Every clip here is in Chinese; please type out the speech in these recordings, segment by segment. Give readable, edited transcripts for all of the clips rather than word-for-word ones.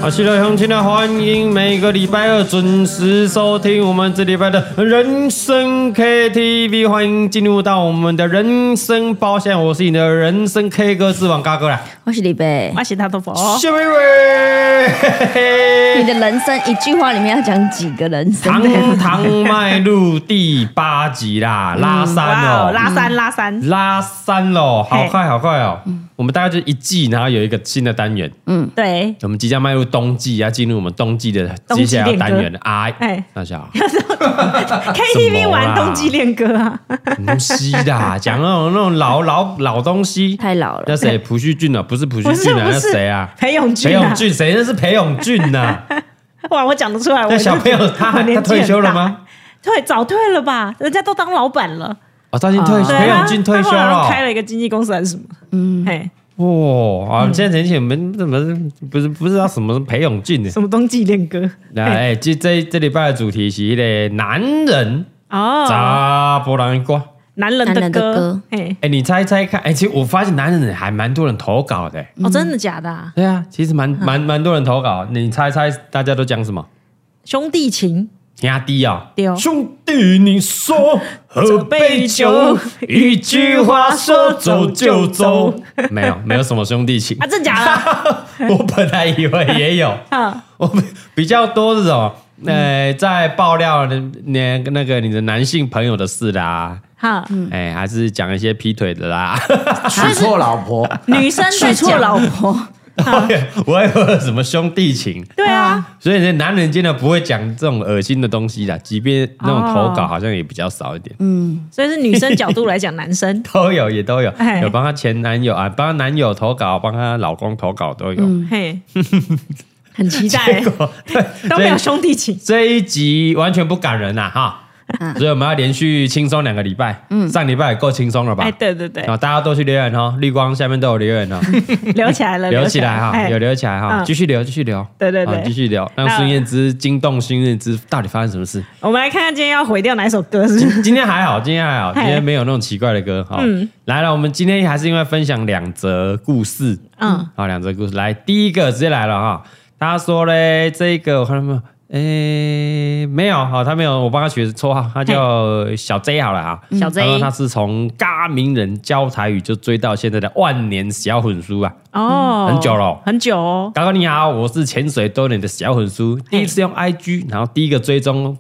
是的，乡亲啊，欢迎每个礼拜二准时收听我们这礼拜的人生 KTV， 欢迎进入到我们的人生包厢，我是你的人生 K 歌之王嘎哥啦， 我是李贝， 我是大头佛， 谢薇薇。 你的人生一句话里面要讲几个人生？ 堂堂迈入第8集啦，拉三哦，拉三喽，好快好快哦。我们大概就一季，然后有一个新的单元。 对， 我们即将迈入冬季，要进入我们冬季的接下来的单元了。那小 KTV 玩冬季恋歌啊， 东西啦，讲那种老东西， 太老了。 那谁？朴叙俊啊？不是朴叙俊啊，那谁啊？ 裴勇俊， 谁？那是裴勇俊呐。 哇，我讲得出来。 那小朋友他退休了吗？ 早退了吧？人家都当老板了。 哦，他已经退休，裴勇俊退休了， 开了一个经纪公司还是什么？嘿。 哇！现在年轻人怎么不知道什么裴勇俊呢？ 什么冬季恋歌？ 来，这礼拜的主题是一个男人哦， 查波人歌， 男人的歌。 你猜猜看，其实我发现男人还蛮多人投稿的。 哦，真的假的啊？ 对啊，其实蛮多人投稿。你猜猜，大家都讲什么？ 兄弟情。 兄弟啊， 兄弟，你说喝杯酒，一句话说走就走。没有什么兄弟情啊，真假的？ 我本来以为也有，我比较多是什么？在爆料那个你的男性朋友的事啦，还是讲一些劈腿的啦， 娶错老婆， 女生娶错老婆。 我还有什么兄弟情？ 对啊， 所以男人真的不会讲这种恶心的东西啦，即便那种投稿好像也比较少一点。 所以是女生角度来讲，男生也都有，有帮他前男友啊，帮他男友投稿，帮他老公投稿都有。 很期待，对，都没有兄弟情。 这一集完全不感人呐，哈。所以我们要连续轻松2个礼拜，上礼拜也够轻松了吧？ 对， 大家都去留言哦，绿光下面都有留言哦， 留起来了， 留起来哈，有留起来哈，继续留， 对， 继续留，让孙燕姿惊动孙燕姿，到底发生什么事？ 我们来看看今天要毁掉哪一首歌是？ 今天还好，今天没有那种奇怪的歌哈。来了，我们今天还是因为分享2则故事，好，2则故事，来，第一个直接来了哈，他说嘞，这个我看到没有？没有，好，他没有，我帮他取的绰号，他叫小 J 好了哈。 小 J， 他说他是从嘎名人教台语就追到现在的万年小粉书啊，很久了， 很久哦。 嘎哥你好，我是潜水多年的小粉书，第一次用 IG， 然后第一个追踪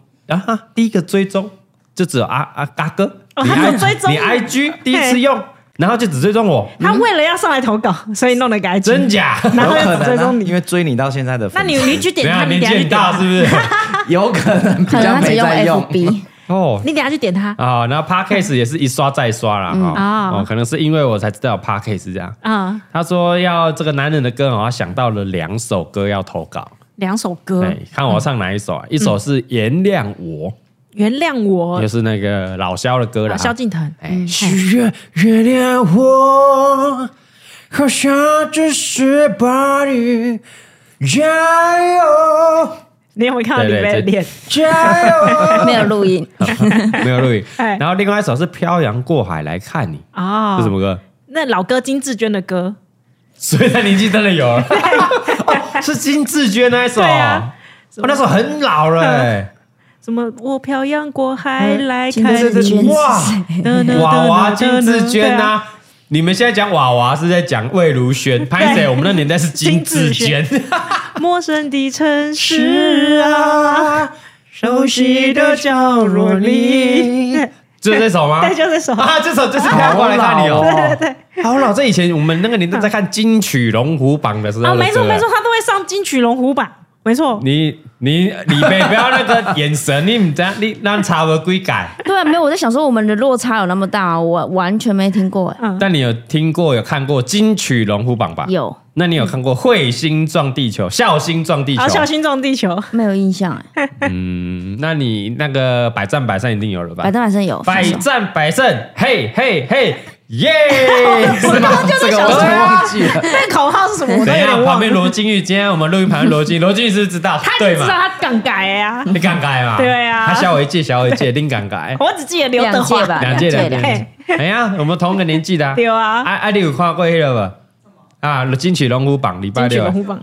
就只有嘎哥， 他只追踪你 IG 第一次用。然后就只追踪我， 他为了要上来投稿，所以弄了个 IG， 真假？ 然后就追踪你， 因为追你到现在的粉丝， 那你去点他， 年纪很大是不是？ 有可能比较没在用。 哦， 你等下去点他啊，然后 Podcast 也是一刷再刷啦，可能是因为我才知道 Podcast 这样啊。他说要这个男人的歌，他想到了2首歌要投稿 ，2首歌， 看我唱哪一首啊？一首是原谅我。 原谅我， 就是那个老萧的歌啦， 萧敬腾。 许愿原谅我，好像只是把你加油。 你有没有看到里面的脸？ 加油！ 没有录音， 没有录音。然后另外一首是漂洋过海来看你是什么歌？ 那老歌金智娟的歌。 所以他年纪真的有了，是金智娟那一首。对啊，那首很老了什么？我漂洋过海来看你。 娃娃金智娟啊！你们现在讲娃娃是在讲魏如萱，拍谁？我们那年代是金智娟。 陌生的城市啊，熟悉的角落里。 就这首吗？ 对，就这首啊！这首就是漂洋过来看你哦。对， 好老，这以前我们那个年代在看金曲龙虎榜的时候。 没错，他都会上金曲龙虎榜。没错， 你李贝不要那个眼神，你不知道你让差不几改。 对啊，没有，我在想说我们的落差有那么大，我完全没听过但你有听过有看过金曲龙虎榜吧？ 有。 那你有看过彗星撞地球、笑星撞地球？ 笑星撞地球没有印象那你那个百战百胜一定有了吧？ 百战百胜有， 百战百胜，嘿嘿嘿。耶！ 是吗？这个我真忘记了。 这个口号是什么？我都有点忘了。 旁边罗金玉，今天我们录音旁边罗金玉是不是知道？ 他就知道他敢改呀。 你敢改嘛？ 对啊。 他小我一届，你敢改？ 我只记得刘德华吧 ，2届。哎呀，我们同个年纪的。 对啊。 你有看过那个吧？金曲龙虎榜礼拜6。 金曲龙虎榜。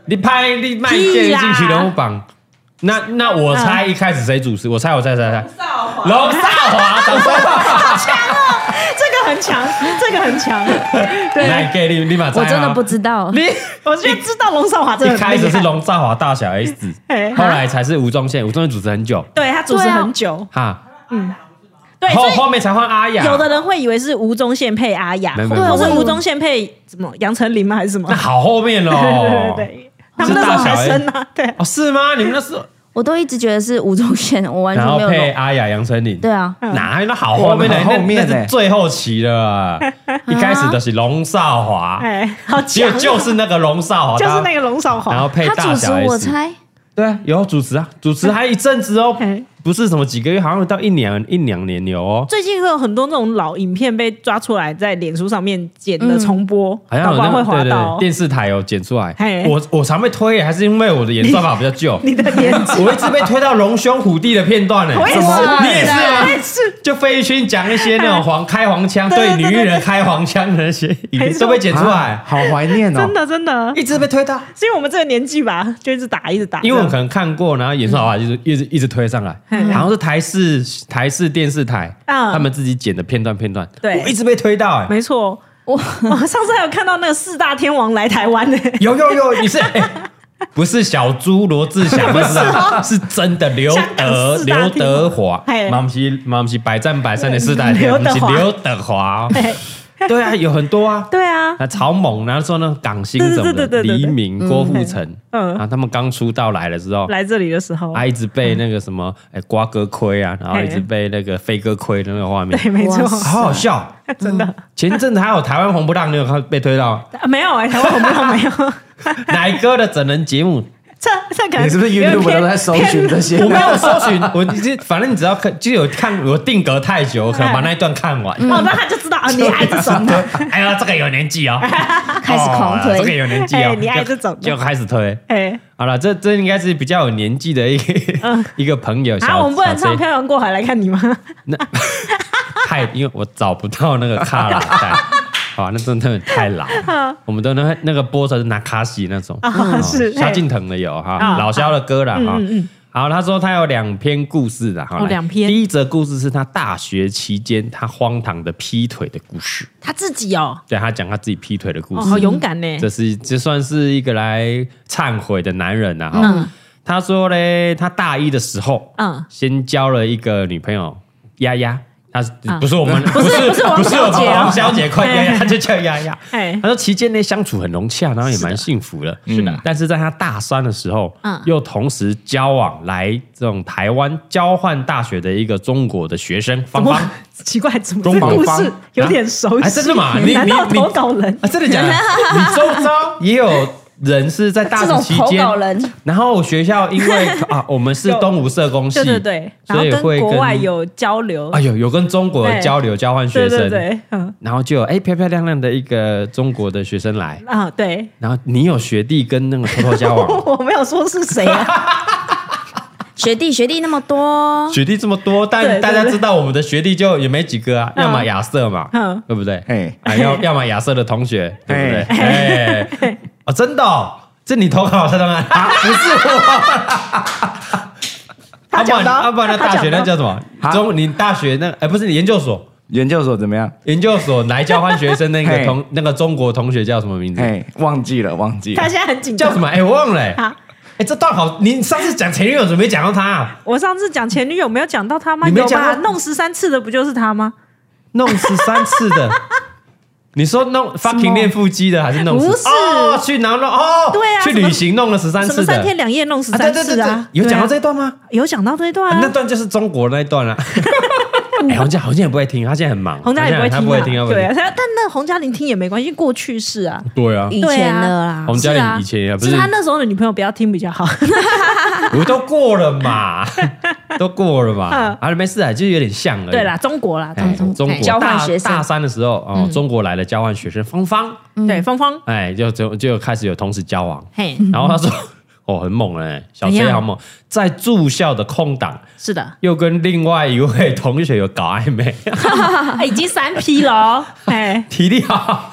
你卖进去人物榜，那我猜一开始谁主持？我猜，龙少华，掌声！ 好强哦，这个很强。对， 来给你马猜。 我真的不知道， 我就知道龙少华真的一开始是龙少华大小 S， 后来才是吴宗宪主持很久， 对他主持很久， 哈， 对， 后面才换阿雅。 有的人会以为是吴宗宪配阿雅，或是吴宗宪配什么杨丞琳吗？还是什么？ 那好后面哦， 对，他们那时候还生啊，对， 哦是吗？你们那时候我都一直觉得是吴宗宪，我完全没有。 然后配阿雅、杨丞琳， 对啊， 哪那好后面的，那是最后期了，一开始的是龙少华， 好强， 就是那个龙少华， 就是那个龙少华， 然后配大小 S， 他主持我猜， 对啊，有主持啊，主持还一阵子哦。不是什么几个月，好像到一两年有哦。 最近会有很多那种老影片被抓出来，在脸书上面剪的重播， 好像会滑到电视台有剪出来。我常被推，还是因为我的演算法比较旧。 你的年纪， 我一直被推到龙兄虎弟的片段呢。 我也是， 你也是啊，我也是。就费玉清讲一些那种开黄腔，对女艺人开黄腔的那些影片都被剪出来， 好怀念哦。 真的， 一直被推到， 是因为我们这个年纪吧，就一直打。 因为我们可能看过，然后演算法就是一直推上来，好像是台视电视台，他们自己剪的片段，对，我一直被推到， 没错，我上次还有看到那个四大天王来台湾呢， 有，你是不是小猪罗志祥？不是，是真的刘德华，不是百战百胜的四大天王，是刘德华。对啊，有很多啊， 对啊， 曹猛，然后说那种港星什么的，黎明、郭富城，然后他们刚出道来的时候， 来这里的时候， 一直被那个什么瓜哥亏啊，然后一直被那个飞哥亏的那个画面， 对，没错， 好好笑， 真的。 前阵子还有台湾红不让，你有看被推到？ 没有台湾红不让没有。 奶哥的整人节目。 这可能你是不是 YouTube 都在搜寻这些？ 我没有搜寻，反正你只要看，就有看，我定格太久，我可能把那一段看完。 那他就知道你爱这种的。 哎呀，这个有年纪哦， 开始狂推， 这个有年纪哦， 你爱这种就开始推。好了，这应该是比较有年纪的一个朋友。 我们不能唱《漂洋过海来看你》吗？ 因为我找不到那个卡拉带。那真的太老，我们都那个播出是拿卡西那种， 是萧敬腾的有哈，老萧的歌啦哈。好，他说他有2篇故事的哈 ，2篇。 第一则故事是他大学期间他荒唐的劈腿的故事， 他自己哦， 对他讲他自己劈腿的故事， 好勇敢呢。 这算是一个来忏悔的男人呐哈。他说嘞，他大一的时候，先交了一个女朋友丫丫。他不是我们，不是王小姐，快丫丫，他就叫丫丫。他说期间呢相处很融洽，然后也蛮幸福的。是的，但是在他大3的时候，又同时交往来这种台湾交换大学的一个中国的学生芳芳。 奇怪，怎么这个故事有点熟悉？ 真的吗？ 难道投稿人？ 真的假的？你周遭也有人是在大学期间，然后学校因为我们是东吴社工系， 对，然后跟国外有交流， 有跟中国交流交换学生， 对， 然后就有漂漂亮亮的一个中国的学生来对， 然后你有学弟跟那个偷偷交往， 我没有说是谁啊。 学弟那么多， 但大家知道我们的学弟就也没几个啊，要么亚瑟嘛，对不对？要么亚瑟的同学，对不对？真的，这你投稿的当然不是我。 他讲的， 不然那大学那叫什么？你大学那不是你研究所？ 研究所怎么样？ 研究所来交换学生那个中国同学叫什么名字？ 忘记了。 他现在很紧张， 叫什么？我忘了。这段好，你上次讲前女友怎么没讲到他？ 我上次讲前女友没有讲到他吗？ 你没讲弄13次的不就是他吗？ 弄13次的。你说弄 fucking 练腹肌的还是弄？ 不是去然后对啊， 去旅行弄了13次的， 3天2夜弄13次啊？ 有讲到这一段吗？ 有讲到这一段啊， 那段就是中国那一段啊。洪嘉也不会听，他现在很忙。 洪嘉也不会听， 他不会听， 对啊。但那洪嘉玲听也没关系，过去式啊。 对啊， 以前的啦。 洪嘉玲以前也不是他那时候的女朋友不要听比较好。 我都过了嘛，没事啊，就是有点像而已。 对啦，中国啦， 中国交换学生大3的时候，中国来的交换学生芳芳， 对芳芳， 就开始有同时交往。然后他说。很猛小 J 好猛，在住校的空档， 是的， 又跟另外一位同学有搞暧昧， 已经3批了， 体力好，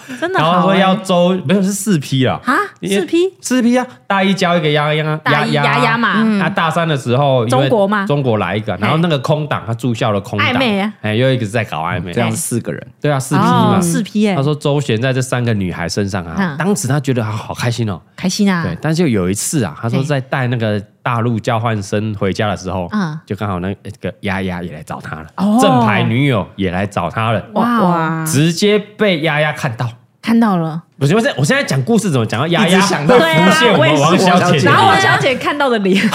真的然后说好欸要周没有是4批啦啊4批啊，大一交一个丫丫嘛， 那大3的时候因为中国嘛中国来一个，然后那个空档他住校的空档暧昧啊， 又一个是在搞暧昧， 这样4个人， 对啊4批嘛 4批他说周旋在这3个女孩身上啊，当时他觉得好开心哦， 开心啊， 对，但是就有一次啊，他说在带那个大陆交换生回家的时候，就刚好那个丫丫也来找他了，正牌女友也来找他了， 哇， 直接被丫丫看到了。 我现在讲故事怎么讲到丫丫， 想到会浮现我们王小姐， 然后王小姐看到的脸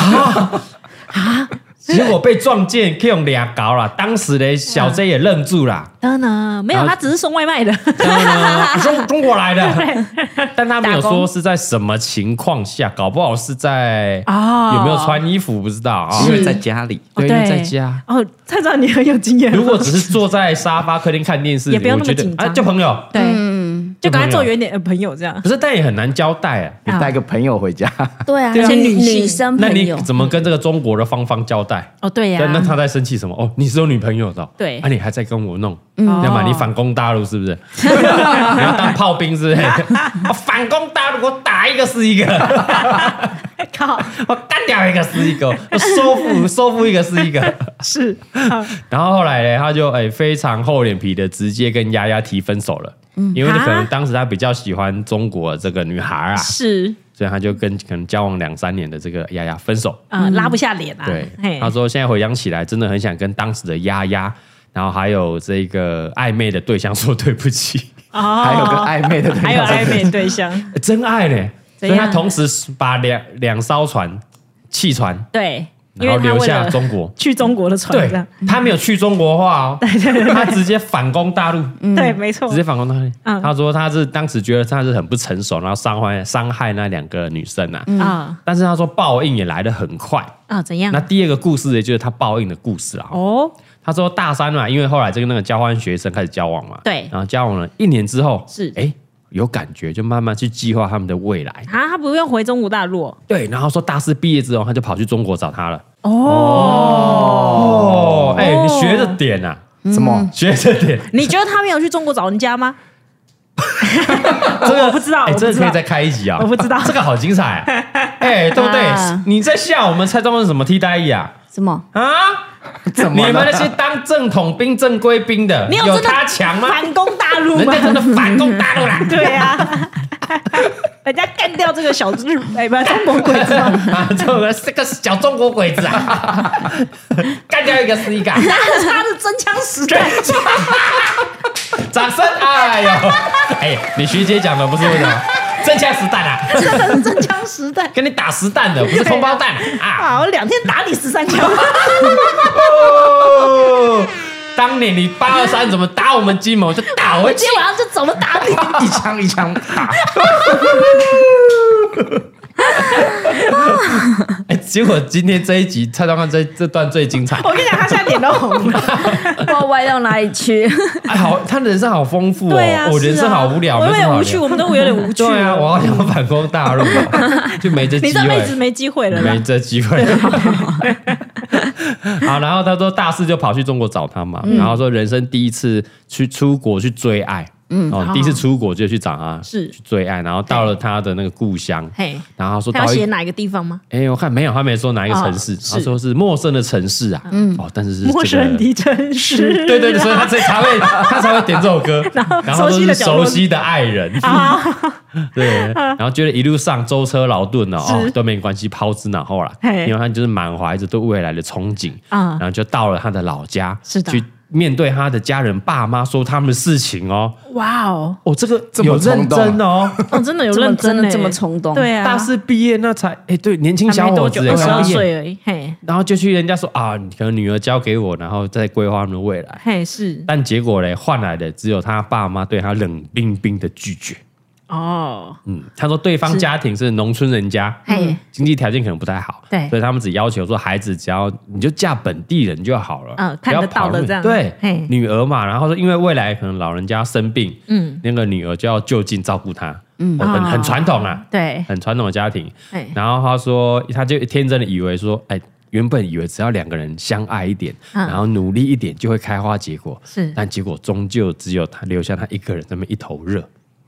结果被撞见，可以用俩搞了。当时的小 J 也愣住了。 没有，他只是送外卖的， 中国来的，但他没有说是在什么情况下，搞不好是在有没有穿衣服不知道啊， 因为在家里， 对，因为在家。 哦，蔡知道你很有经验。 如果只是坐在沙发客厅看电视， 也不用那么紧张， 就朋友， 对，就赶快坐远点，朋友这样。 不是，但也很难交代啊。 你带个朋友回家， 对啊，而且女生那你朋友怎么跟这个中国的芳交代？ 哦，对呀， 那他在生气什么？哦，你是有女朋友的， 对， 啊，你还在跟我弄，要么你反攻大陆是不是？你要当炮兵是不是？反攻大陆，我打一个是一个， 靠， 我干掉一个是一个，我收复一个是一个， 是。 然后后来呢，他就非常厚脸皮的直接跟丫丫提分手了，因为可能当时他比较喜欢中国这个女孩啊， 是。 所以他就跟可能交往2-3年的这个丫丫分手， 拉不下脸啊。 对，他说现在回想起来，真的很想跟当时的丫丫，然后还有这个暧昧的对象说对不起， 还有个暧昧的对象， 还有暧昧对象， 真爱呢。所以他同时把两艘船弃船， 对， 然后留下中国去中国的船， 对，他没有去中国化哦，他直接反攻大陆， 对，没错， 直接反攻大陆。他说他是当时觉得他是很不成熟，然后伤害那2个女生啊，但是他说报应也来得很快啊，怎样？ 那第2个故事也就是他报应的故事啊。哦，他说大3嘛，因为后来这个那个交换学生开始交往嘛， 对， 然后交往了1年之后， 是有感觉，就慢慢去计划他们的未来啊。他不用回中国大陆， 对，然后说大4毕业之后，他就跑去中国找他了。你学着点啊！ 什么？ 学着点？ 你觉得他没有去中国找人家吗？ 这个我不知道， 这个可以再开一集啊！ 我不知道， 这个好精彩，对不对？你在笑我们蔡宗文什么替代役啊？ 什么啊？你们那些当正统兵、正规兵的，有他强吗？ 反攻大陆吗？ 人家真的反攻大陆啦！ 对呀，人家干掉这个小中国鬼子啊，这个小中国鬼子啊，干掉一个是一个， 那是他的真枪实弹。 掌声！哎呦，你徐姐讲的不是为什么？真枪实弹啊！ 真的是真枪实弹， 跟你打实弹的，不是空包弹啊！ 我2天打你13枪。 当年你823怎么打我们金门，我就打回去。 今天晚上就怎么打你， 一枪一枪打。 结果今天这一集蔡宗翰这段最精彩。 我跟你讲，他现在脸都红了， 不知道歪到哪里去。 好，他人生好丰富哦。 对啊， 我人生好无聊， 我有点无趣，我们都有点无趣。 对啊，我好想反攻大陆，就没这机会。 你这辈子没机会了， 没这机会。好，然后他说大4就跑去中国找他嘛，然后说人生第一次去出国去追爱。第一次出国就去找他， 是去追爱，然后到了他的那个故乡，然后说他要写哪一个地方吗？ 我看没有，他没说哪一个城市，他说是陌生的城市啊，但是陌生的城市， 对，所以他才会点这首歌，然后都是熟悉的爱人，对，然后觉得一路上舟车劳顿都没关系，抛之脑后了，因为他就是满怀着对未来的憧憬，然后就到了他的老家，去面对他的家人爸妈说他们的事情哦。 哇哦， 这个有认真哦， 真的有认真的这么冲动， 对啊， 大4毕业那才对，年轻小伙子 22岁而已， 然后就去人家说可能女儿交给我，然后再规划他们的未来， 是， 但结果嘞换来的只有他爸妈对他冷冰冰的拒绝。他说对方家庭是农村人家，经济条件可能不太好， 对， 所以他们只要求说孩子只要你就嫁本地人就好了， 看得到的这样， 对，女儿嘛，然后说因为未来可能老人家生病，那个女儿就要就近照顾他，很传统啊， 对， 很传统的家庭，然后他说他就天真的以为说，原本以为只要2个人相爱一点，然后努力一点就会开花结果，但结果终究只有他留下他一个人那么一头热。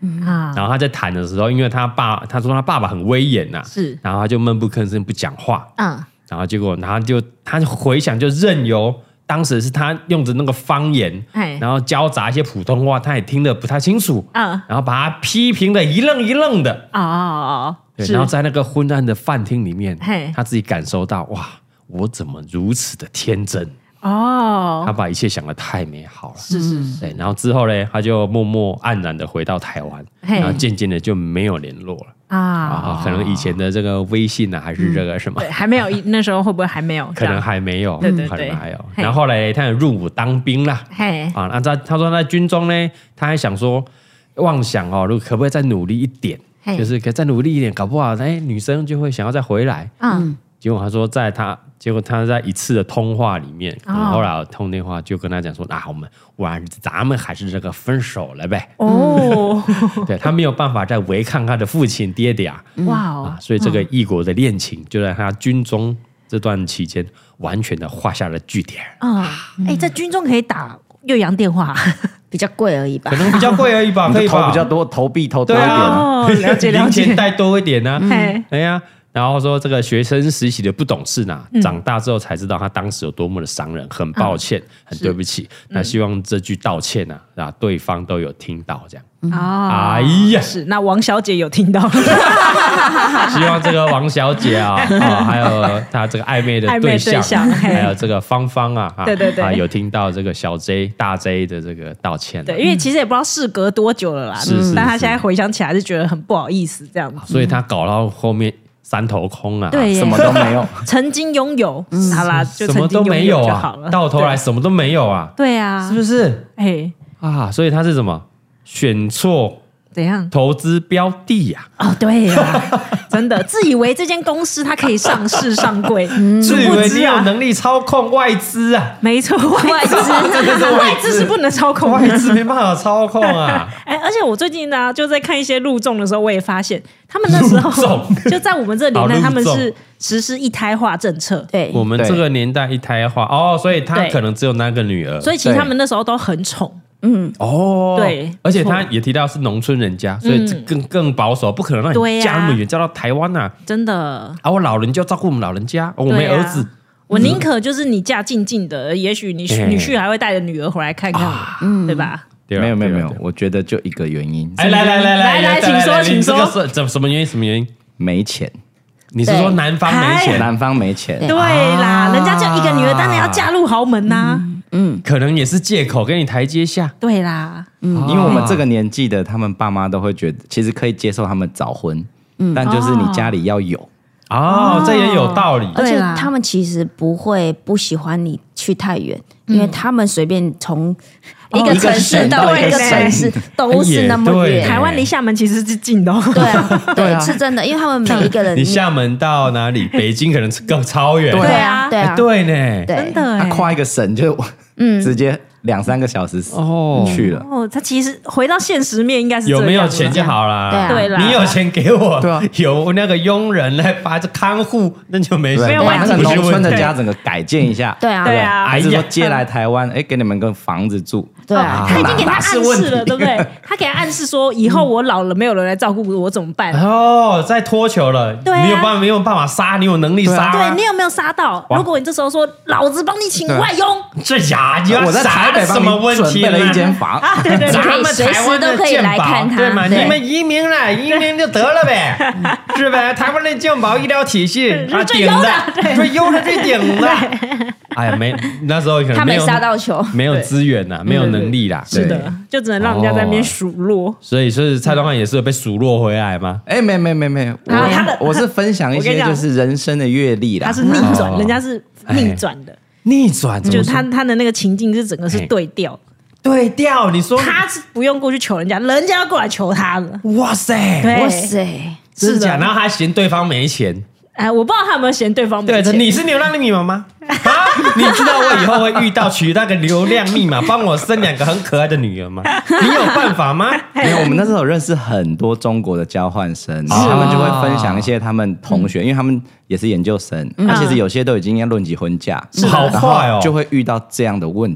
然后他在谈的时候，因为他说他爸爸很威严呐， 是， 然后他就闷不吭声不讲话，然后结果他就回想，就任由当时是他用着那个方言，然后交杂一些普通话，他也听得不太清楚，然后把他批评的一愣一愣的，对，然后在那个昏暗的饭厅里面，他自己感受到哇，我怎么如此的天真。他把一切想得太美好了， 是， 对，然后之后呢，他就默默黯然的回到台湾，然后渐渐的就没有联络了可能以前的这个微信啊，还是这个什么， 对，还没有，那时候会不会还没有？ 可能还没有， 对， 可能还有。然后后来他也入伍当兵啦，那他说在军中呢，他还想说妄想如果可不可以再努力一点，就是可以再努力一点，搞不好女生就会想要再回来。结果他说结果他在一次的通话里面，后来通电话就跟他讲说，咱们还是这个分手了呗。对，他没有办法再违抗他的父亲爹爹所以这个异国的恋情就在他军中这段期间完全的画下了句点。 在军中可以打越洋电话， 比较贵而已吧， 可能比较贵而已吧，可以吧？ 投比较多，投币投多一点， 了解， 零钱带多一点呢。哎呀。然后说这个学生时期的不懂事呢，长大之后才知道他当时有多么的伤人，很抱歉，很对不起。那希望这句道歉对方都有听到这样。哎呀， 是那王小姐有听到， 希望这个王小姐还有她这个暧昧的对象，还有这个芳芳对，有听到这个小 J 大 J 的这个道歉。 对，因为其实也不知道事隔多久了啦，但他现在回想起来是觉得很不好意思这样子， 所以他搞到后面。三头空对， 什么都没有， 曾经拥有，好啦，就什么都没有啊，到头来什么都没有啊， 对啊， 是不是？所以他是什么？选错怎样投资标的呀？ 对呀，真的自以为这间公司它可以上市上柜， 自以为你有能力操控外资啊？ 没错，外资是不能操控， 外资没办法操控啊。 而且我最近呢就在看一些陆综的时候，我也发现他们那时候就在我们这个年代，他们是实施一胎化政策。 对， 我们这个年代一胎化所以他可能只有那个女儿， 所以其实他们那时候都很宠。对， 而且他也提到是农村人家，所以更保守，不可能让你嫁那么远，嫁到台湾啊！ 真的我老人就要照顾我们老人家，我没儿子， 我宁可就是你嫁近近的，也许你女婿还会带着女儿回来看看我，对吧？ 没有，我觉得就一个原因。 来，请说， 什么原因？什么原因？ 没钱。 你是说男方没钱？ 男方没钱。 对啦，人家就一个女儿，当然要嫁入豪门呐。 可能也是借口给你台阶下。 对啦， 因为我们这个年纪的，他们爸妈都会觉得，其实可以接受他们早婚，但就是你家里要有。 这也有道理。 而且他们其实不喜欢你去太远，因为他们随便从一个城市到一个城市都是那么远。 台湾离厦门其实是近的。 对，是真的，因为他们每一个人， 你厦门到哪里？北京可能更超远。 对啊， 对呢， 真的， 他跨一个省就直接2-3个小时去了。 他其实回到现实面应该是有没有钱就好啦。 对啦， 你有钱给我，有那个佣人来把这看护，那就没事。 没有问题。 那个农村的家整个改建一下。 对啊， 还是说接来台湾，给你们个房子住。 对啊， 他已经给他暗示了，对不对？他给他暗示说，以后我老了没有人来照顾我怎么办？ 在拖球了。对，你有办法杀？你有能力杀？ 对，你有没有杀到？如果你这时候说，老子帮你请外佣， 这呀， 我在台北帮你准备了一间房， 对，咱们随时都可以来看他， 对吗？你们移民了，移民就得了呗，是呗？台湾的健保医疗体系顶的，最优的最顶的。哎呀，那时候可能他没杀到球， 没有资源呐，没有能力啦， 是的，就只能让人家在那边数落。 所以蔡东汉也是被数落回来吗？ 没，我是分享一些就是人生的阅历啦。 他是逆转，人家是逆转的。 逆转， 就是他的那个情境是整个是对调， 你说他是不用过去求人家，人家要过来求他了。 哇塞， 是的。 然后还嫌对方没钱， 我不知道他有没有嫌对方没钱。 对，你是流浪的密码吗？你知道我以后会遇到取那个流量密码，帮我生2个很可爱的女儿吗？你有办法吗？ 没有，我们那时候有认识很多中国的交换生，他们就会分享一些他们同学，因为他们也是研究生，其实有些都已经要论及婚嫁， 好快哦， 就会遇到这样的问题。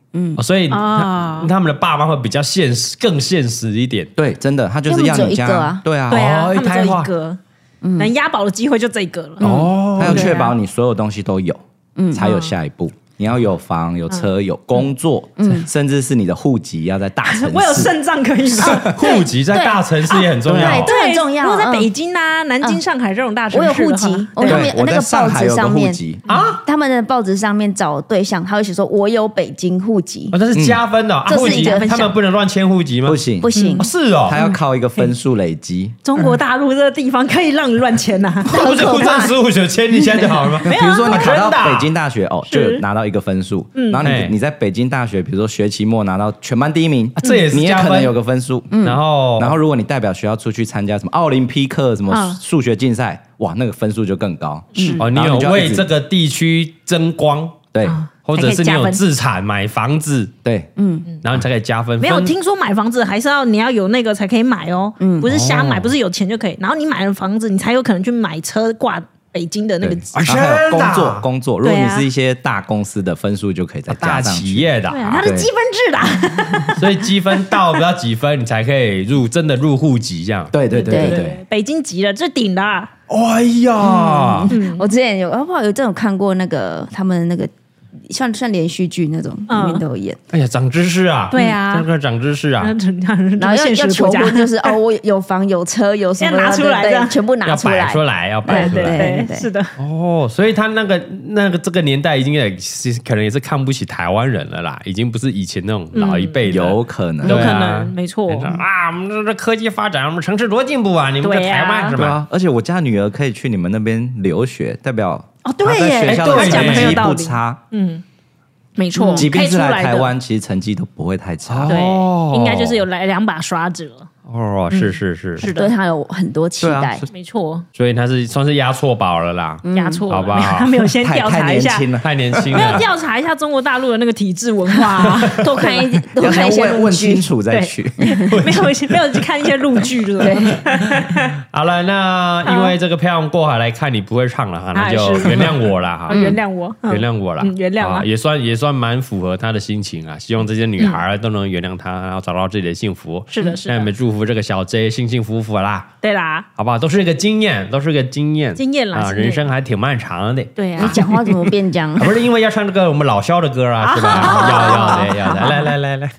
所以他们的爸妈会比较现实，更现实一点。 对，真的，他就是要你家，对啊， 他们只有一个，能押宝的机会就这一个了。 他要确保你所有东西都有，才有下一步。你要有房、有车、有工作，甚至是你的户籍要在大城市。 我有肾脏可以吗？ 户籍在大城市也很重要， 对，很重要。 如果在北京啊、南京、上海这种大城市， 我有户籍，我那个报纸上面啊， 他们的报纸上面找对象，他会写说我有北京户籍， 这是加分的。户籍他们不能乱迁户籍吗？ 不行， 不行， 是哦， 他要靠一个分数累积。 中国大陆这个地方可以让你乱迁呐， 不是户政事务所迁一下就好了吗？ 比如说你考到北京大学就拿到一个分数。然后你在北京大学，比如说学期末拿到全班第1名， 这也是你也可能有个分数。 然后如果你代表学校出去参加什么奥林匹克、什么数学竞赛，哇，那个分数就更高。 你有为这个地区争光， 对， 或者是你有自产买房子， 对， 然后你才可以加分。 没有听说买房子还是你要有那个才可以买哦，不是瞎买，不是有钱就可以。然后你买了房子，你才有可能去买车挂北京的那个， 还有工作，如果你是一些大公司的分数就可以再加上去。 大企业的， 它是积分制的， 所以积分到不知道几分，你才可以真的入户籍这样。 对， 北京籍的最顶的。 哎呀， 我之前有真有看过那个他们那个。像连续剧那种，里面都有演。 哎呀，长知识啊！ 对啊， 这个长知识啊！ 然后要求婚，就是我有房有车有什么， 要拿出来， 全部拿出来， 要摆出来， 是的。 所以他那个这个年代已经可能也是看不起台湾人了啦，已经不是以前那种老一辈的， 有可能， 没错啊！我们这科技发展，我们城市多进步啊！你们在台湾是吧？ 而且我家女儿可以去你们那边留学，代表。 对耶， 学校的成绩不差， 没错， 即便是来台湾，其实成绩都不会太差， 对，应该就是有来2把刷子了。 是对他有很多期待， 没错， 所以他算是押错宝了啦， 押错， 好不好？ 他没有先调查一下， 太年轻了， 没有调查一下中国大陆的那个体制文化，多看一些问清楚再去， 没有去看一些陆剧了。 好了，那因为这个漂洋过海来看你不会唱了哈，那就原谅我了哈， 原谅我了，原谅了， 也算蛮符合他的心情啊，希望这些女孩都能原谅他，然后找到自己的幸福。 是的， 那我们祝福这个小 J 幸幸福福啦， 对啦， 好不好？都是一个经验啦啊，人生还挺漫长的。 对啊， 你讲话怎么变这样？ 不是因为要唱这个我们老萧的歌啊，是吧？要的，来。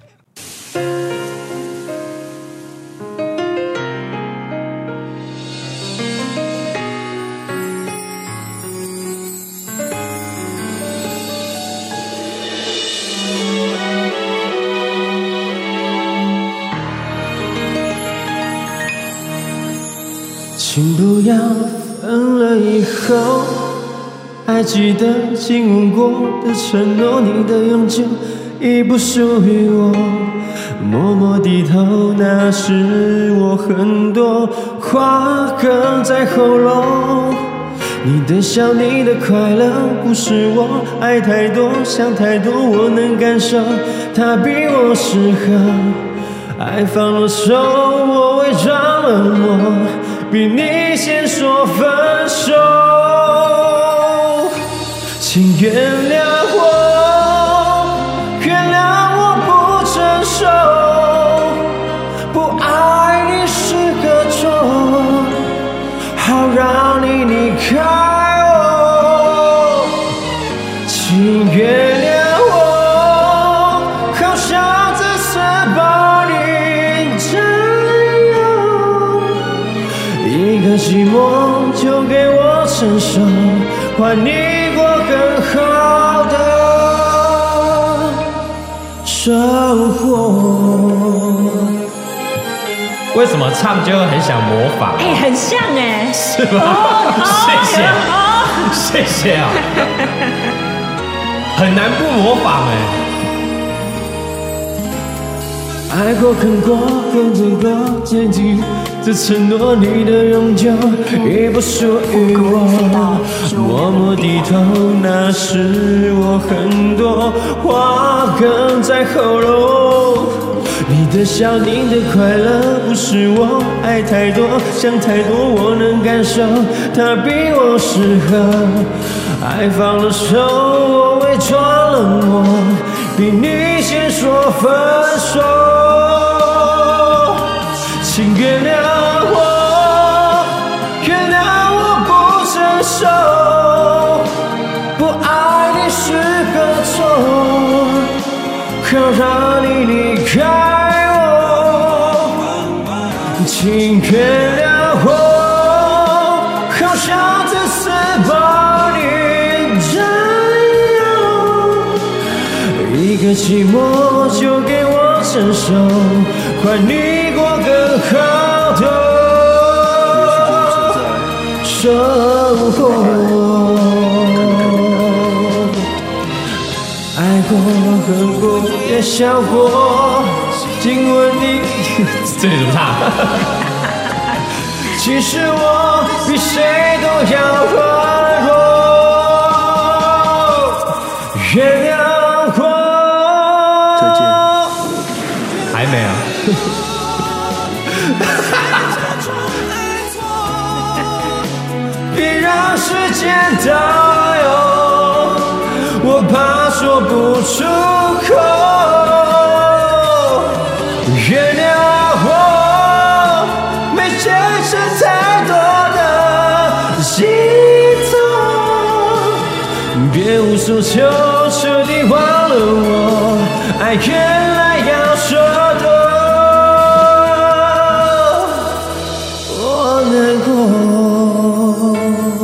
请不要分了以后还记得亲吻过的承诺，你的永久已不属于我，默默低头，那是我很多话哽在喉咙。你的笑，你的快乐，不是我爱太多，想太多，我能感受，它比我适合。爱放了手，我伪装冷漠，比你先说分手，请原谅我，原谅我不成熟，不爱你是个错，好让你离开我，请原谅我，好想这次把你占有，一个寂寞就给我承受，换你过更好的生活。为什么唱就很想模仿？ 很像是吗？谢谢啊，很难不模仿爱过恨过恨最多坚定，只承诺你的永久已不属于我，默默低头，那是我很多话哽在喉咙。你的笑，你的快乐，不是我爱太多，想太多，我能感受，它比我适合。爱放了手，我伪装冷漠， 比你先说分手，请原谅我，原谅我不成熟，不爱你是个错，好让你离开我，请原谅我，好想这次把你占有，一个寂寞就给我承受，换你过更好的生活。爱过恨过也笑过，亲吻你这里怎么唱？其实我比谁都要软弱，原谅我。再见。还没啊？别让时间倒流，我怕说不出口。原谅我，没坚持太多的心痛，别无所求，彻底忘了我，爱原来要说的，我难过，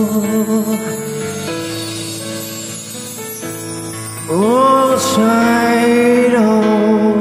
我才懂。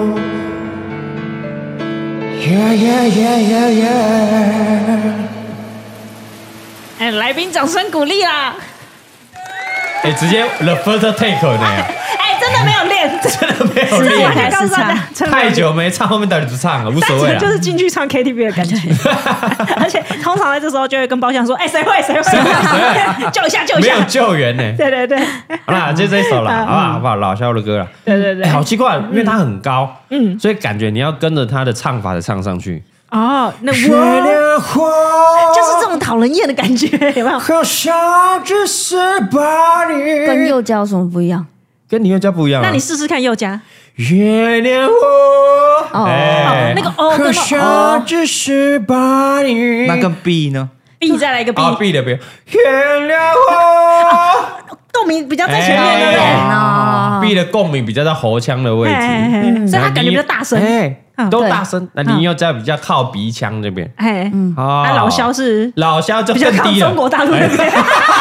哎，来宾掌声鼓励啦！ 哎，直接 the first take 呢？ 哎，真的没有练， 真的没有练， 我才告诉大家， 太久没唱，后面到底不唱了，无所谓了， 就是进去唱 KTV 的感觉。而且通常在这时候就会跟包厢说：“哎，谁会？救一下！” 没有救援呢。 对。 好啦，就这一首了，好不好？老萧的歌了。 对。 好奇怪，因为它很高，所以感觉你要跟着他的唱法的唱上去。 哦，那我就是这种讨人厌的感觉，有没有？ 好像只是把你跟幼嘉有什么不一样？ 跟你幼嘉不一样。 那你试试看幼嘉。 原谅我， 那个 O 跟 O 只是把你， 那跟 B 呢 ？B 再来一个 B 的 B， 原谅我， 共鸣比较在前面，对不对 ？B 的共鸣比较在喉腔的位置， 所以他感觉比较大声， 都大声。那你幼嘉比较靠鼻腔这边， 老萧就比较靠中国大陆那边。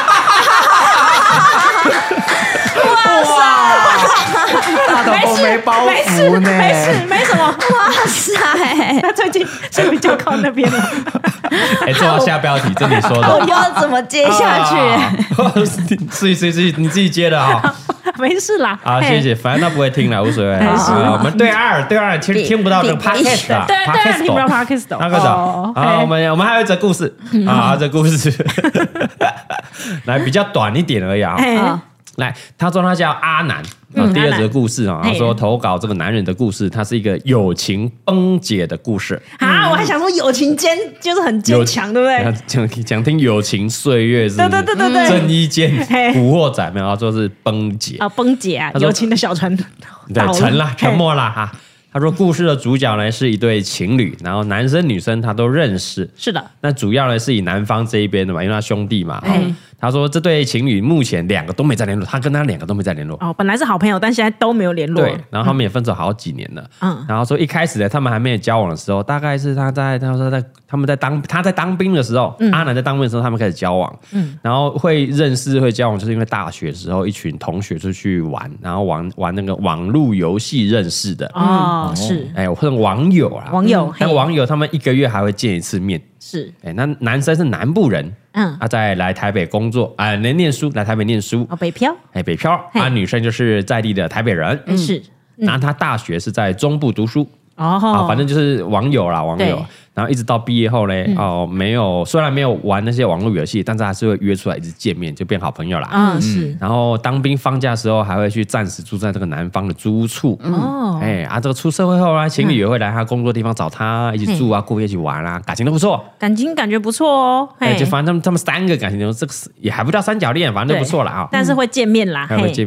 哇塞！ 大头没包袱呢， 没什么。 哇塞！ 他最近是比较靠那边了。 哎，这要下标题，这你说的。 我又要怎么接下去？ 你自己接的啊。 没事啦。 好，谢谢，反正他不会听了，无所谓。我们对二其实听不到这个 podcast 的， 对，听不到 podcast 的。 那个好，我们还有一则故事啊，这故事来比较短一点而已啊。来，他说他叫阿南。第二则故事啊，他说投稿这个男人的故事，它是一个友情崩解的故事啊。我还想说友情就是很坚强，对不对？讲听友情岁月是， 对， 郑伊健古惑仔没有，他说是崩解啊，崩解啊，友情的小船对沉没了哈。他说故事的主角呢是一对情侣，然后男生女生他都认识， 是的。 那主要呢是以男方这一边的嘛，因为他兄弟嘛。他说这对情侣目前2个都没再联络，他跟他2个都没再联络。 本来是好朋友，但现在都没有联络。 对，然后他们也分手好几年了。然后说一开始呢，他们还没有交往的时候，大概是他在当兵的时候，阿南在当兵的时候，他们开始交往。然后会认识会交往，就是因为大学的时候一群同学出去玩，然后玩那个网络游戏认识的。 是， 我说网友啊，但网友他们1个月还会见1次面。 是， 那男生是南部人，他在来台北工作念书，来台北念书， 北漂， 北漂。女生就是在地的台北人， 是。 那他大学是在中部读书，反正就是网友啦，网友。然后一直到毕业后呢，虽然没有玩那些网络游戏，但是还是会约出来一直见面，就变好朋友啦。 是。 然后当兵放假的时候，还会去暂时住在这个男方的租屋处。这个出社会后啊，情侣也会来他工作地方找他一起住啊，过夜一起玩啊，感情都不错。 感觉不错哦。 就反正他们3个感情这个也还不叫三角恋，反正就不错了啊。 但是会见面啦， 还会见面。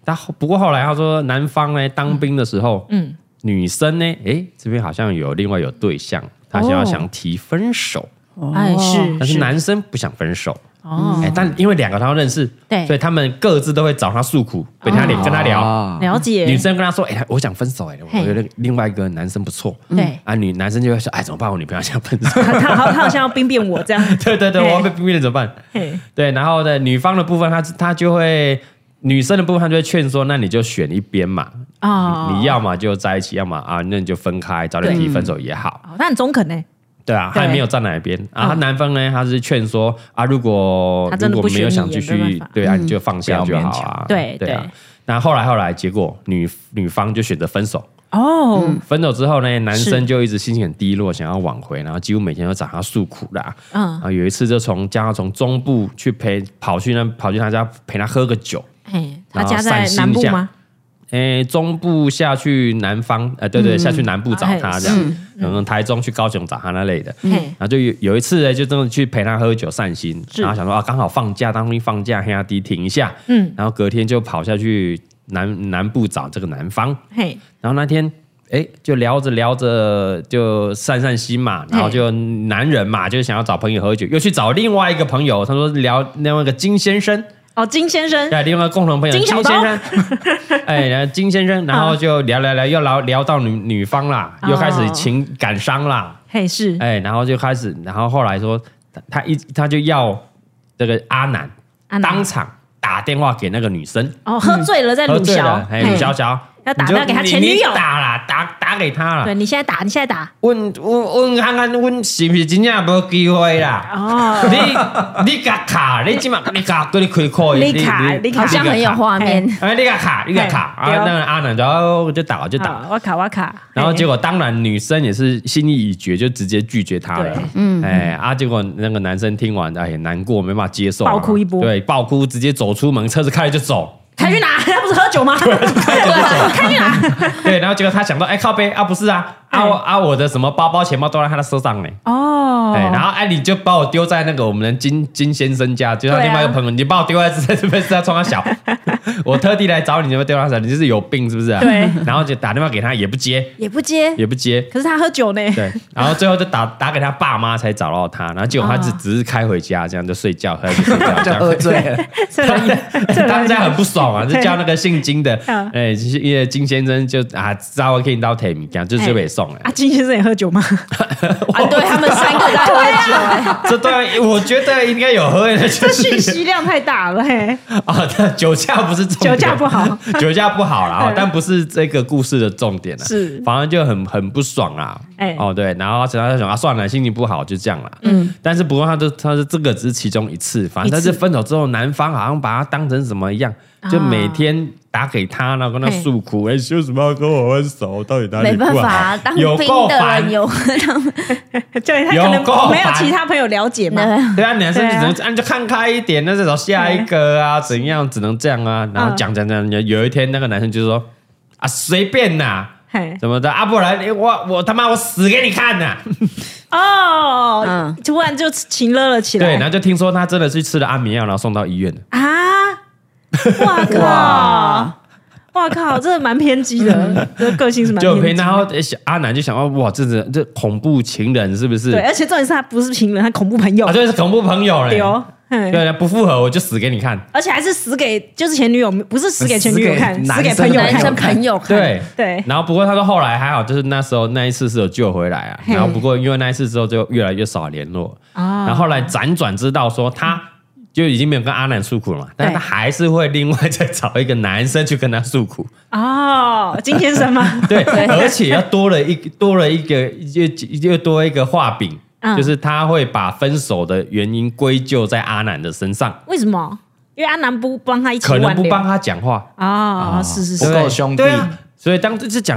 不过后来他说，男方呢当兵的时候，女生呢，这边好像另外有对象，他想提分手，但是男生不想分手。但因为2个他都认识，所以他们各自都会找他诉苦，跟他聊， 了解。 女生跟他说：“我想分手，我觉得另外一个男生不错。” 对啊， 男生就会说：“怎么办？我女朋友想分手， 他好像要兵变我这样。” 对，我要被兵变了怎么办？对，然后呢，女方的部分他就会，女生的部分他就会劝说：“那你就选一边嘛，你要么就在一起，要么那你就分开，早点提分手也好。” 他很中肯呢。 对啊，他也没有站哪一边啊。他男方呢，他是劝说如果没有想继续，对啊，你就放下就好啊。 对啊。那后来结果女方就选择分手。分手之后呢，男生就一直心情很低落，想要挽回，然后几乎每天都找他诉苦啦。然后有一次就从中部跑去他家陪他喝个酒。 他家在南部吗？ 中部下去南方，对，下去南部找他这样，可能台中去高雄找他那类的。然后就有一次呢，就真的去陪他喝酒散心，然后想说刚好放假，当天放假，黑压低停一下，然后隔天就跑下去南部找这个男方。然后那天就聊着就散心嘛，然后就男人嘛，就想要找朋友喝酒，又去找另外一个朋友，他说聊另外一个金先生。 金先生， 对，另外共同朋友金先生，金先生，然后就聊，又聊到女方啦，又开始情感伤啦， 是， 然后就开始，然后后来说他就要这个阿南当场打电话给那个女生， 喝醉了在鲁小， 鲁小小。 要打电话给他前女友， 打啦，打给他了。 对，你现在打。 问看看，是不是真正没机会啦？你卡，你今晚你卡对你开口， 你卡， 好像很有画面。 你卡，那个阿南就打， 我卡。 然后结果当然女生也是心意已决，就直接拒绝他了。结果那个男生听完很难过，没办法接受， 爆哭一波， 对，爆哭直接走出门，车子开了就走。 开去哪？他不是喝酒吗？ 对，开去哪？ 对，然后结果他想到，靠背不是我的什么包包、钱包都在他的车上呢。然后你就把我丢在那个我们的金先生家，就他另外一个朋友，你把我丢在这边是在冲他小，我特地来找你，你就丢他小，你就是有病是不是？ 对。 然后就打电话给他，也不接。 可是他喝酒呢。 对。然后最后就打给他爸妈才找到他，然后结果他只是开回家，这样就睡觉，他就睡觉， 就喝醉了。 他这样很不爽。就叫那个姓金的，因为金先生就稍微可以到台米，这样就被送了。 金先生也喝酒吗？ 对他们3个在喝酒。 这对我觉得应该有喝的， 这讯息量太大了酒驾不是重点， 酒驾不好， 酒驾不好啦，但不是这个故事的重点啦， 是反而就很不爽啦。对，然后他就想算了，心情不好就这样啦。但是不过他是这个只是其中一次，反正但是分手之后，男方好像把他当成什么一样。就每天打给他，然后跟他诉苦，为什么要跟我分手？到底哪里不好？ 没办法，当兵的人有对，他可能没有其他朋友了解嘛。 对啊，男生就只能就看开一点，那再找下一个啊，怎样只能这样啊。然后讲，有一天那个男生就说随便呐，怎么的不然我他妈我死给你看呐！ 突然就情勒了起来。 对，然后就听说他真的去吃了安眠药，然后送到医院了哇靠！真的蛮偏激的，这个性是蛮偏激的。 然后阿南就想到，哇，这恐怖情人是不是？ 对，而且重点是他不是情人，他恐怖朋友。 对，是恐怖朋友嘞。 对， 不复合我就死给你看。 而且还是死给就是前女友，不是死给前女友看，死给朋友看。 男生朋友看。 对。然后不过他说后来还好，就是那时候那一次是有救回来啊。然后不过因为那一次之后就越来越少联络。然后后来辗转知道说他。就已经没有跟阿南诉苦了嘛，但是他还是会另外再找一个男生去跟他诉苦。 金先生吗？ 对，而且要多了一个画饼，就是他会把分手的原因归咎在阿南的身上。 为什么？因为阿南不帮他一起可能不帮他讲话是不够兄弟。 对啊，所以当这讲了，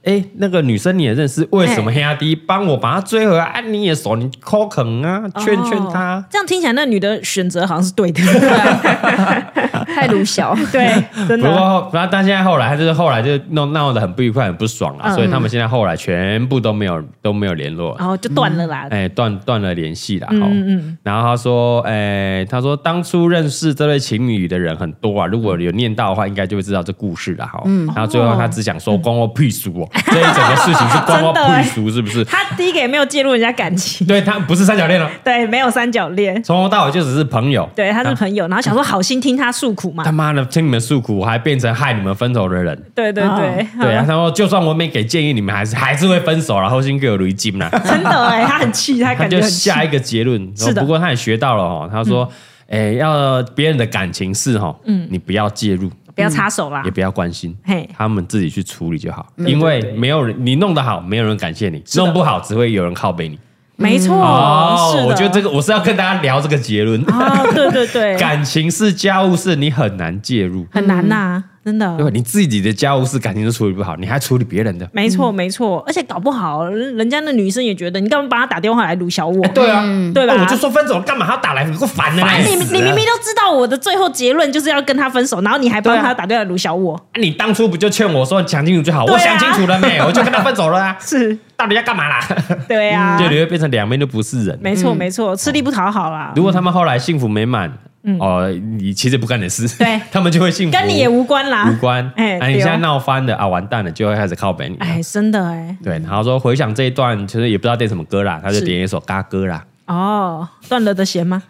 那个女生你也认识，为什么兄弟帮我把她追回来？啊，你也手你抠啃啊，劝她。 这样听起来，那女的选择好像是对的， 太鲁小， 对，真的。 不过，但现在后来就闹得很不愉快，很不爽了，所以他们现在后来全部都没有联络， 然后就断了啦， 断了联系啦。然后他说当初认识这对情侣的人很多啊，如果有念到的话，应该就会知道这故事啦。然后最后他只想说关我屁事哦，这一整个事情是关我屁事，是不是？ 他第一个也没有介入人家感情， 对他不是三角恋了， 对，没有三角恋， 从头到尾就只是朋友， 对，他是朋友，然后想说好心听他诉苦嘛， 他妈的听你们诉苦，我还变成害你们分手的人， 对，对啊，他说就算我没给建议，你们还是会分手，然后先给我雷金啦， 真的他很气，他感觉很气， 他就下一个结论，是的，不过他也学到了他说，要别人的感情事你不要介入。 不要插手啦， 也不要关心，他们自己去处理就好。因为没有人，你弄得好，没有人感谢你；弄不好，只会有人靠背你。 没错，是的。 我觉得这个我是要跟大家聊这个结论。 对， 感情是家务事，你很难介入， 很难呐，真的。 对，你自己的家务事感情都处理不好，你还处理别人的。 没错，而且搞不好人家那女生也觉得你干嘛帮他打电话来鲁小我？ 对啊， 对吧？ 我就说分手，干嘛他打来？你够烦的。 你明明都知道我的最后结论就是要跟他分手，然后你还帮他打电话来鲁小我。 你当初不就劝我说想清楚就好？我想清楚了没？我就跟他分手了啊。 是。 到底要干嘛啦？ 对啊， 就你会变成两边都不是人。 没错，吃力不讨好啦。 如果他们后来幸福美满，你其实不干你的事， 对， 他们就会幸福， 跟你也无关啦， 无关。你现在闹翻了完蛋了，就会开始靠北你。 真的对，然后说回想这一段，其实也不知道点什么歌啦，他就点一首嘎歌啦。 断了的弦吗？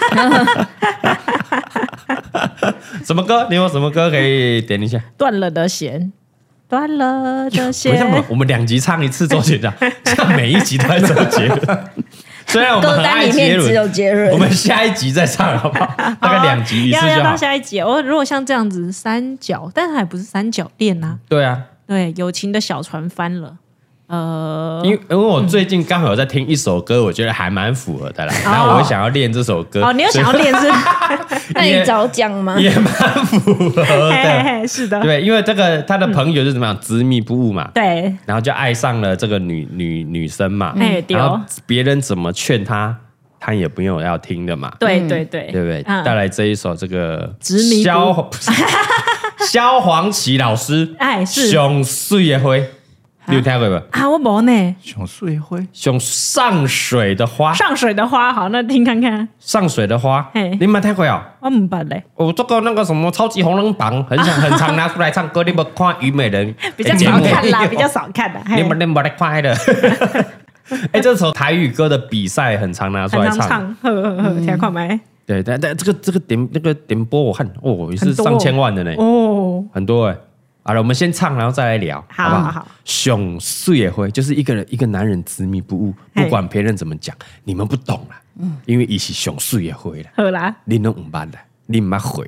什么歌？你有什么歌可以点一下？ 断了的弦。断了的弦， 我们2集唱一次周杰伦，像每一集都在周杰伦。虽然我们很爱杰伦， 只有杰伦， 我们下一集再唱好不好？大概2集一次就好。 要到下一集如果像这样子三角，但还不是三角恋啊。 对啊， 对，友情的小船翻了。 因为我最近刚好有在听一首歌，我觉得还蛮符合的啦。然后我会想要练这首歌。 你有想要练是？ 那你早讲吗？ 也蛮符合的。 是的， 对，因为这个他的朋友就怎么样执迷不悟嘛。 对。 然后就爱上了这个女生嘛。然后别人怎么劝他，他也不用要听的嘛。 对， 对不对？带来这一首这个执迷萧煌奇老师， 是上水的花。你有听过吗？ 我没呢。 上水的花， 上水的花， 上水的花，好，那听看看。 上水的花，你没听过哦？ 我不捌嘞。 这个那个什么超级红人榜，很常拿出来唱歌。你没看虞美人？ 比较少看啦，比较少看的。 你没在看的。这首台语歌的比赛很常拿出来唱。 听看没？ 对，但这个点播我看也是上千万的呢。很多好了，我们先唱，然后再来聊，好不好？上水的花就是一个男人执迷不悟，不管别人怎么讲，你们不懂啦，因为他是上水的花啦。 好啦， 你都不捌啦，你不捌花。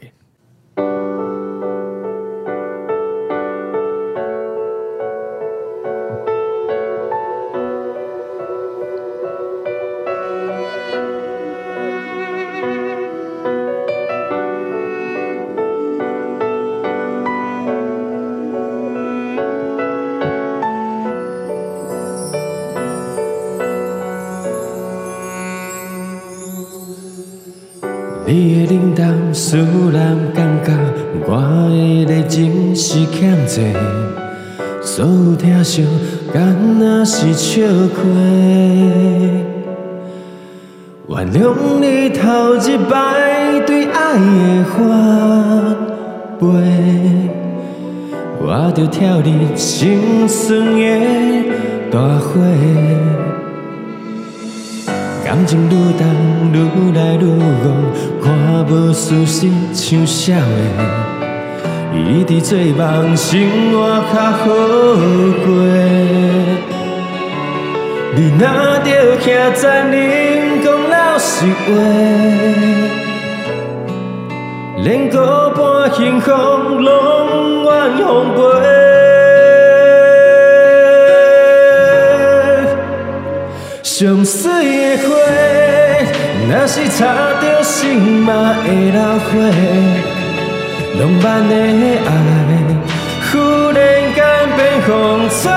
你的冷淡使人感觉我的热情是欠债，所有疼惜敢若是笑亏。原谅你头一摆对爱的反背，我着跳你心酸的大火。感情愈重愈来愈戆，看无事实像笑的，伊伫做梦，生活较好过。你若着徛在恁讲老实话，连孤半幸福拢愿奉陪。上水的花，若是插着心嘛会流血。浪漫的爱，忽然间变风吹，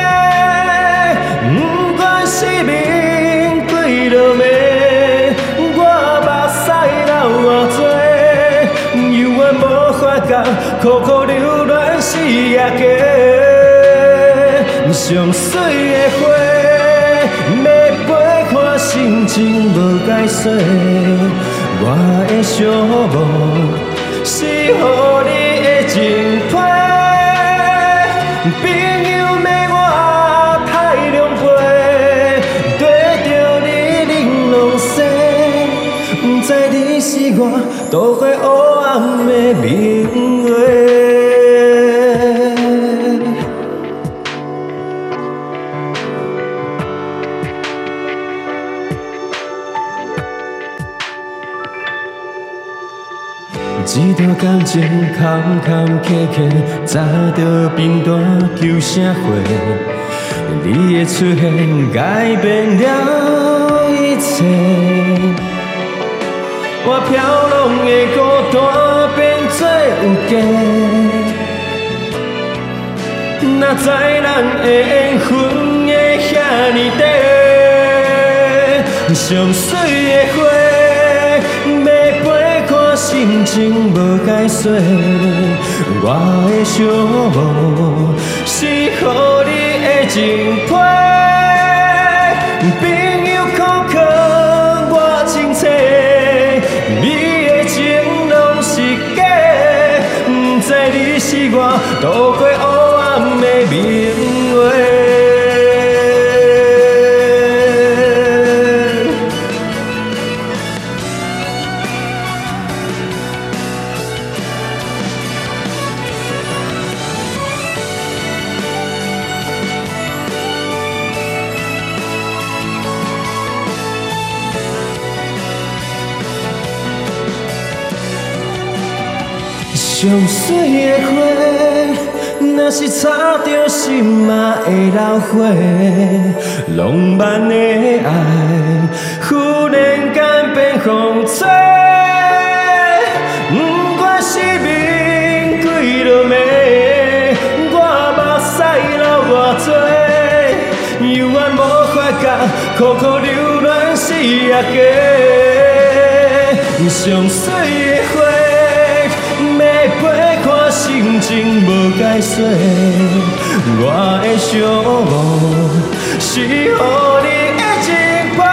不管是面几落暝，我目屎流偌多，犹原无法觉，苦苦流恋是夜家。上水的花，要陪看心情无解说，我的寂寞是予你的情批。朋友骂我太凉薄，对着你玲珑西，不知你是我度过黑暗的明月。一段感情坎坎坷坷，早就变大求社会。你的出现改变了一切，我飘浪的孤单变做有家。哪知咱的缘分会遐尼短，上水的花。心情无解说，我的寂寞是予你的情批。朋友苦劝我清醒，你的情拢是假，不知你是我度过黑暗的明月。上水的花，若是插着心嘛会流血。浪漫的爱，忽然间变风吹。不管是面几落暝，我目屎流偌多，犹原无法觉，苦苦流恋是夜家。上水的花。要陪看心情无解说，我的寂寞是予你的情批。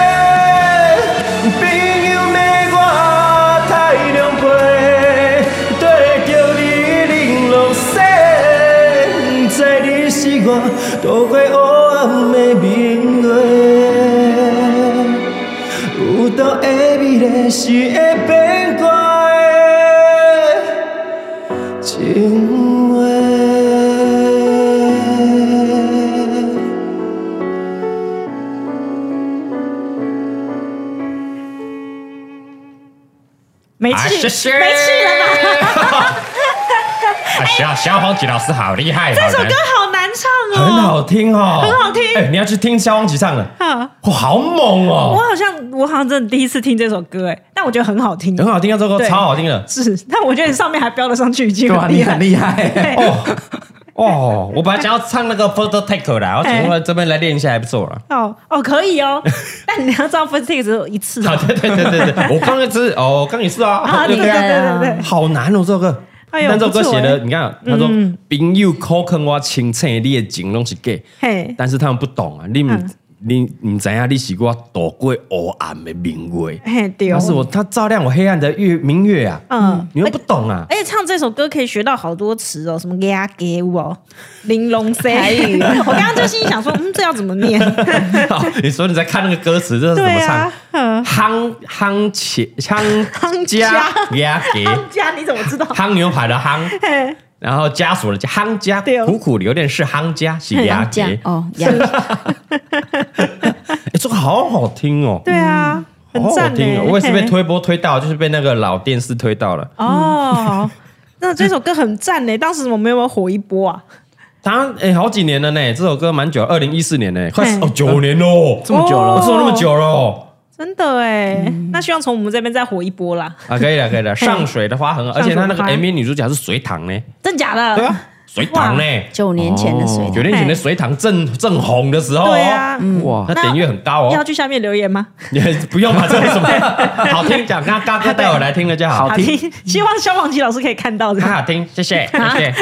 朋友骂我太凉薄，对着你玲珑西，不知你是我度过黑暗的明月。有道的美丽是会变卦。情话。 没气了吧？ 萧煌奇老师好厉害， 这首歌好难唱哦，很好听哦， 很好听。 你要去听萧煌奇唱的，哇，好猛哦！ 我好像真的第一次听这首歌，但我觉得很好听， 很好听，这首歌超好听的。 是，但我觉得你上面还标得上去，已经很厉害，很厉害哦！我本来想要唱那个 Photo Take 啦，我从来这边来练一下还不错啦。 可以哦，但你要知道 Photo Take 只有一次。 对，我刚才是刚也是啊， 对， 好难哦，这首歌。但这首歌写的，你看，他说朋友口劝我清醒，你的情拢是假，但是他们不懂啊，你唔知影你是我度过黑暗的明月，但是他照亮我黑暗的明月啊，你又不懂啊。 而且唱这首歌可以学到好多词哦，什么呀给我玲珑台语，我刚刚就心里想说，这要怎么念？ 你说你在看那个歌词，这是怎么唱？夯家呀给夯家，你怎么知道？ 夯牛排的夯。然后家属的家，夯家，苦苦留恋是夯家，是牙结哦， 这个好好听哦。 对啊，很赞听。我也是被推播推到，就是被那个老电视推到了。 哦，那这首歌很赞呢，当时怎么没有火一波啊？ 它好几年了呢，这首歌蛮久，2014年呢，快9年喽， 这么久了， 我做那么久了。 真的哎，那希望从我们这边再火一波啦！ 可以了。上水的花很好，而且他那个 MV 女主角是隋棠呢， 真假的？ 对啊， 水塘呢 ？9年前的水塘 ，9年前的水塘正红的时候， 对啊， 哇，那点阅很高哦。 要去下面留言吗？ 也不用吧，这是什么？好听，讲刚刚哥带我来听了就好听。 希望萧煌奇老师可以看到的， 好听，谢谢，谢谢。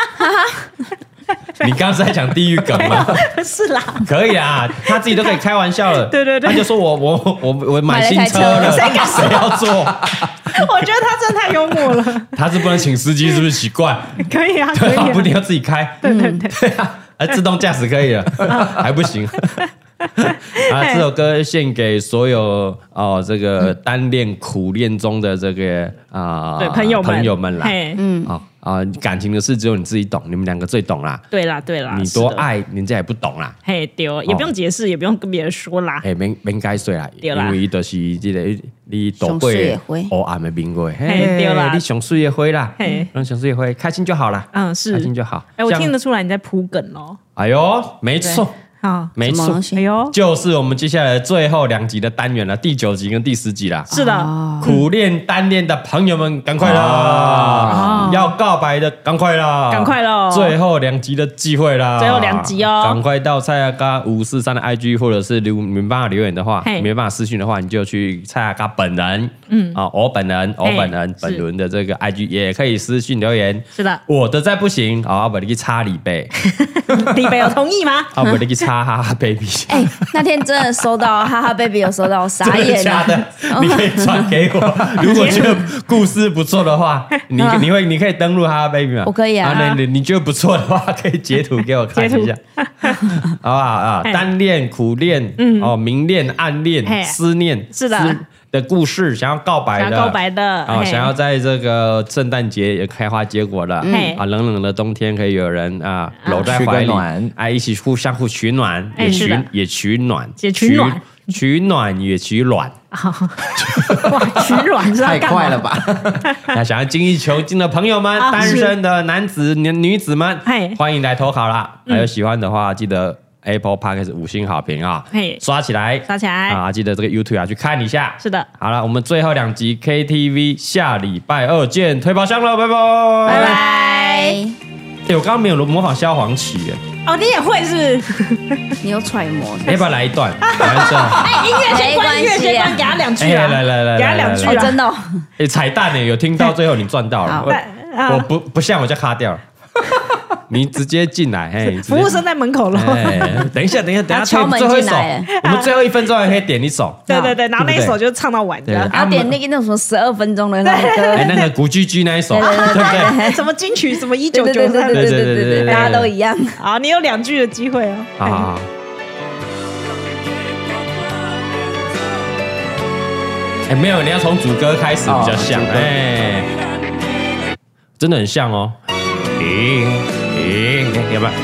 你刚刚是在讲地狱梗吗？ 是啦， 可以啊，他自己都可以开玩笑了。 对，他就说我买新车了，谁要坐？ 我觉得他真的太幽默了。 他是不能请司机，是不是奇怪？ 可以啊， 对啊，不一定要自己开。 对啊，自动驾驶可以了，还不行。这首歌献给所有这个单恋苦恋中的这个对朋友们啦。感情的事只有你自己懂，你们2个最懂啦。 对啦， 你多爱人家也不懂啦。 嘿，对，也不用解释，也不用跟别人说啦。 免解释啦，因为就是这个你大过黑暗的明月， 对啦， 你上水的花啦，让上水的花开心就好啦。 是开心就好。 我听得出来你在铺梗哦。 哎呦，没错。没错， 哎呦， 就是我们接下来最后2集的单元了，第9集跟第10集啦。 是的， 苦恋单恋的朋友们，赶快啦！要告白的，赶快啦！ 赶快喽！ 最后2集的机会啦！ 最后2集哦， 赶快到蔡阿嘎543的 IG， 或者是没办法留言的话，没办法私讯的话，你就去蔡阿嘎本人，我本人本轮的这个 IG 也可以私讯留言。 是的， 我的再不行，我把你去插李贝， 李贝有同意吗？ 我把你去插。哈哈 baby， 那天真的收到哈哈 baby 有收到，傻眼了。 真的假的？你可以传给我。如果觉得故事不错的话，你可以登录哈哈 baby 吗？ 我可以啊。 你觉得不错的话，可以截图给我看一下，好不好？单恋、苦恋，明恋、暗恋、思念， 是的。 的故事，想要告白的，想要在这个圣诞节也开花结果的，冷冷的冬天可以有人搂在怀里，一起相互取暖，也取暖，取暖也取卵。 哇，取卵太快了吧！ 那想要精益求精的朋友们，单身的男子女子们，欢迎来投稿啦！还有喜欢的话，记得Apple Podcast 5星好评啊，刷起来记得这个 YouTube 去看一下。 是的， 好了，我们最后2集 KTV 下礼拜2见，推包厢了，拜拜， 拜拜。 我刚刚没有模仿萧煌奇耶。 哦，你也会是不是？ 你有揣摩？ 要不要来一段？ 音乐先关，给他2句啊！ 来， 给他2句啊！ 真的。 彩蛋呢？有听到最后你赚到了。我不像我就卡掉了。你直接进来， 服务生在门口了。 等一下， 敲门进来。 我们最后1分钟还可以点一首。 对，然后那一首就唱到晚。 要点那种什么12分钟的那个歌， 那个古巨基那一首，对不对？ 什么金曲，什么1993， 对，大家都一样。 好，你有2句的机会哦。 好。没有，你要从主歌开始比较像。真的很像哦。要不然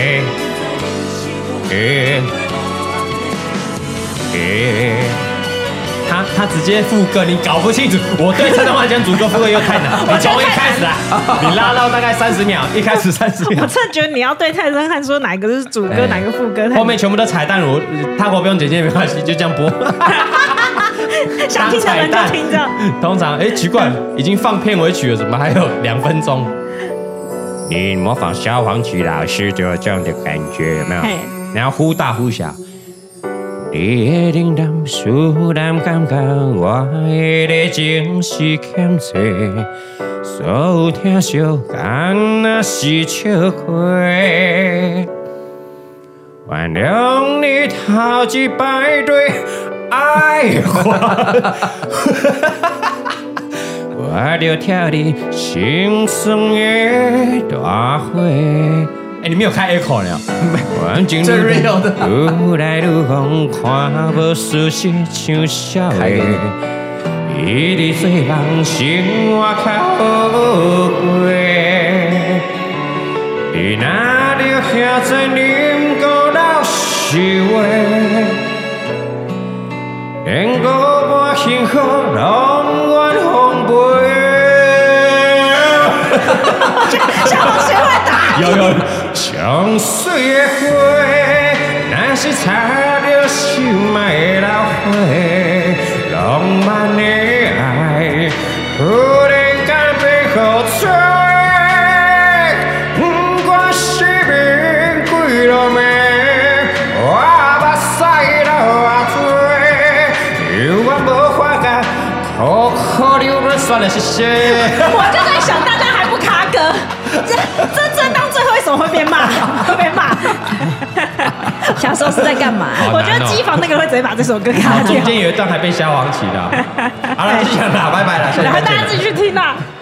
他直接副歌，你搞不清楚。我对陈东华讲主歌副歌又太难，你从一开始你拉到大概30秒，一开始30秒。 我真的觉得你要对泰森汉说哪个是主歌，哪个副歌， 后面全部都彩蛋，他不用剪接没关系，就这样播。 想听的人就听着。 通常奇怪，已经放片尾曲了，怎么还有2分钟？你模仿萧煌奇老师就有这样的感觉，有没有？你要忽大忽小。你的冷淡、疏淡、感觉，我的情是欠债，所有疼惜敢若是笑话。原谅你头一摆对爱我。我就跳你心酸的大花。你没有开 echo 呢？ 最 real 的。 愈来愈风，看无事实像笑话。伊伫做梦，生活较后悔。你若着遐在啉过老实话，连五半幸福拢愿奉陪。 小王谁会打？ 有像水的花，若是插着心爱的老花，浪漫的爱，忽然间被雨吹， 算了，谢谢。 我就在想，大家还不卡歌，这当最后一首会被骂，会被骂。 想说是在干嘛？ 我觉得机房那个会直接把这首歌卡掉。 中间有一段还被消亡起的。好了，就这样啦，拜拜了，下礼拜见。 大家自己去听啦。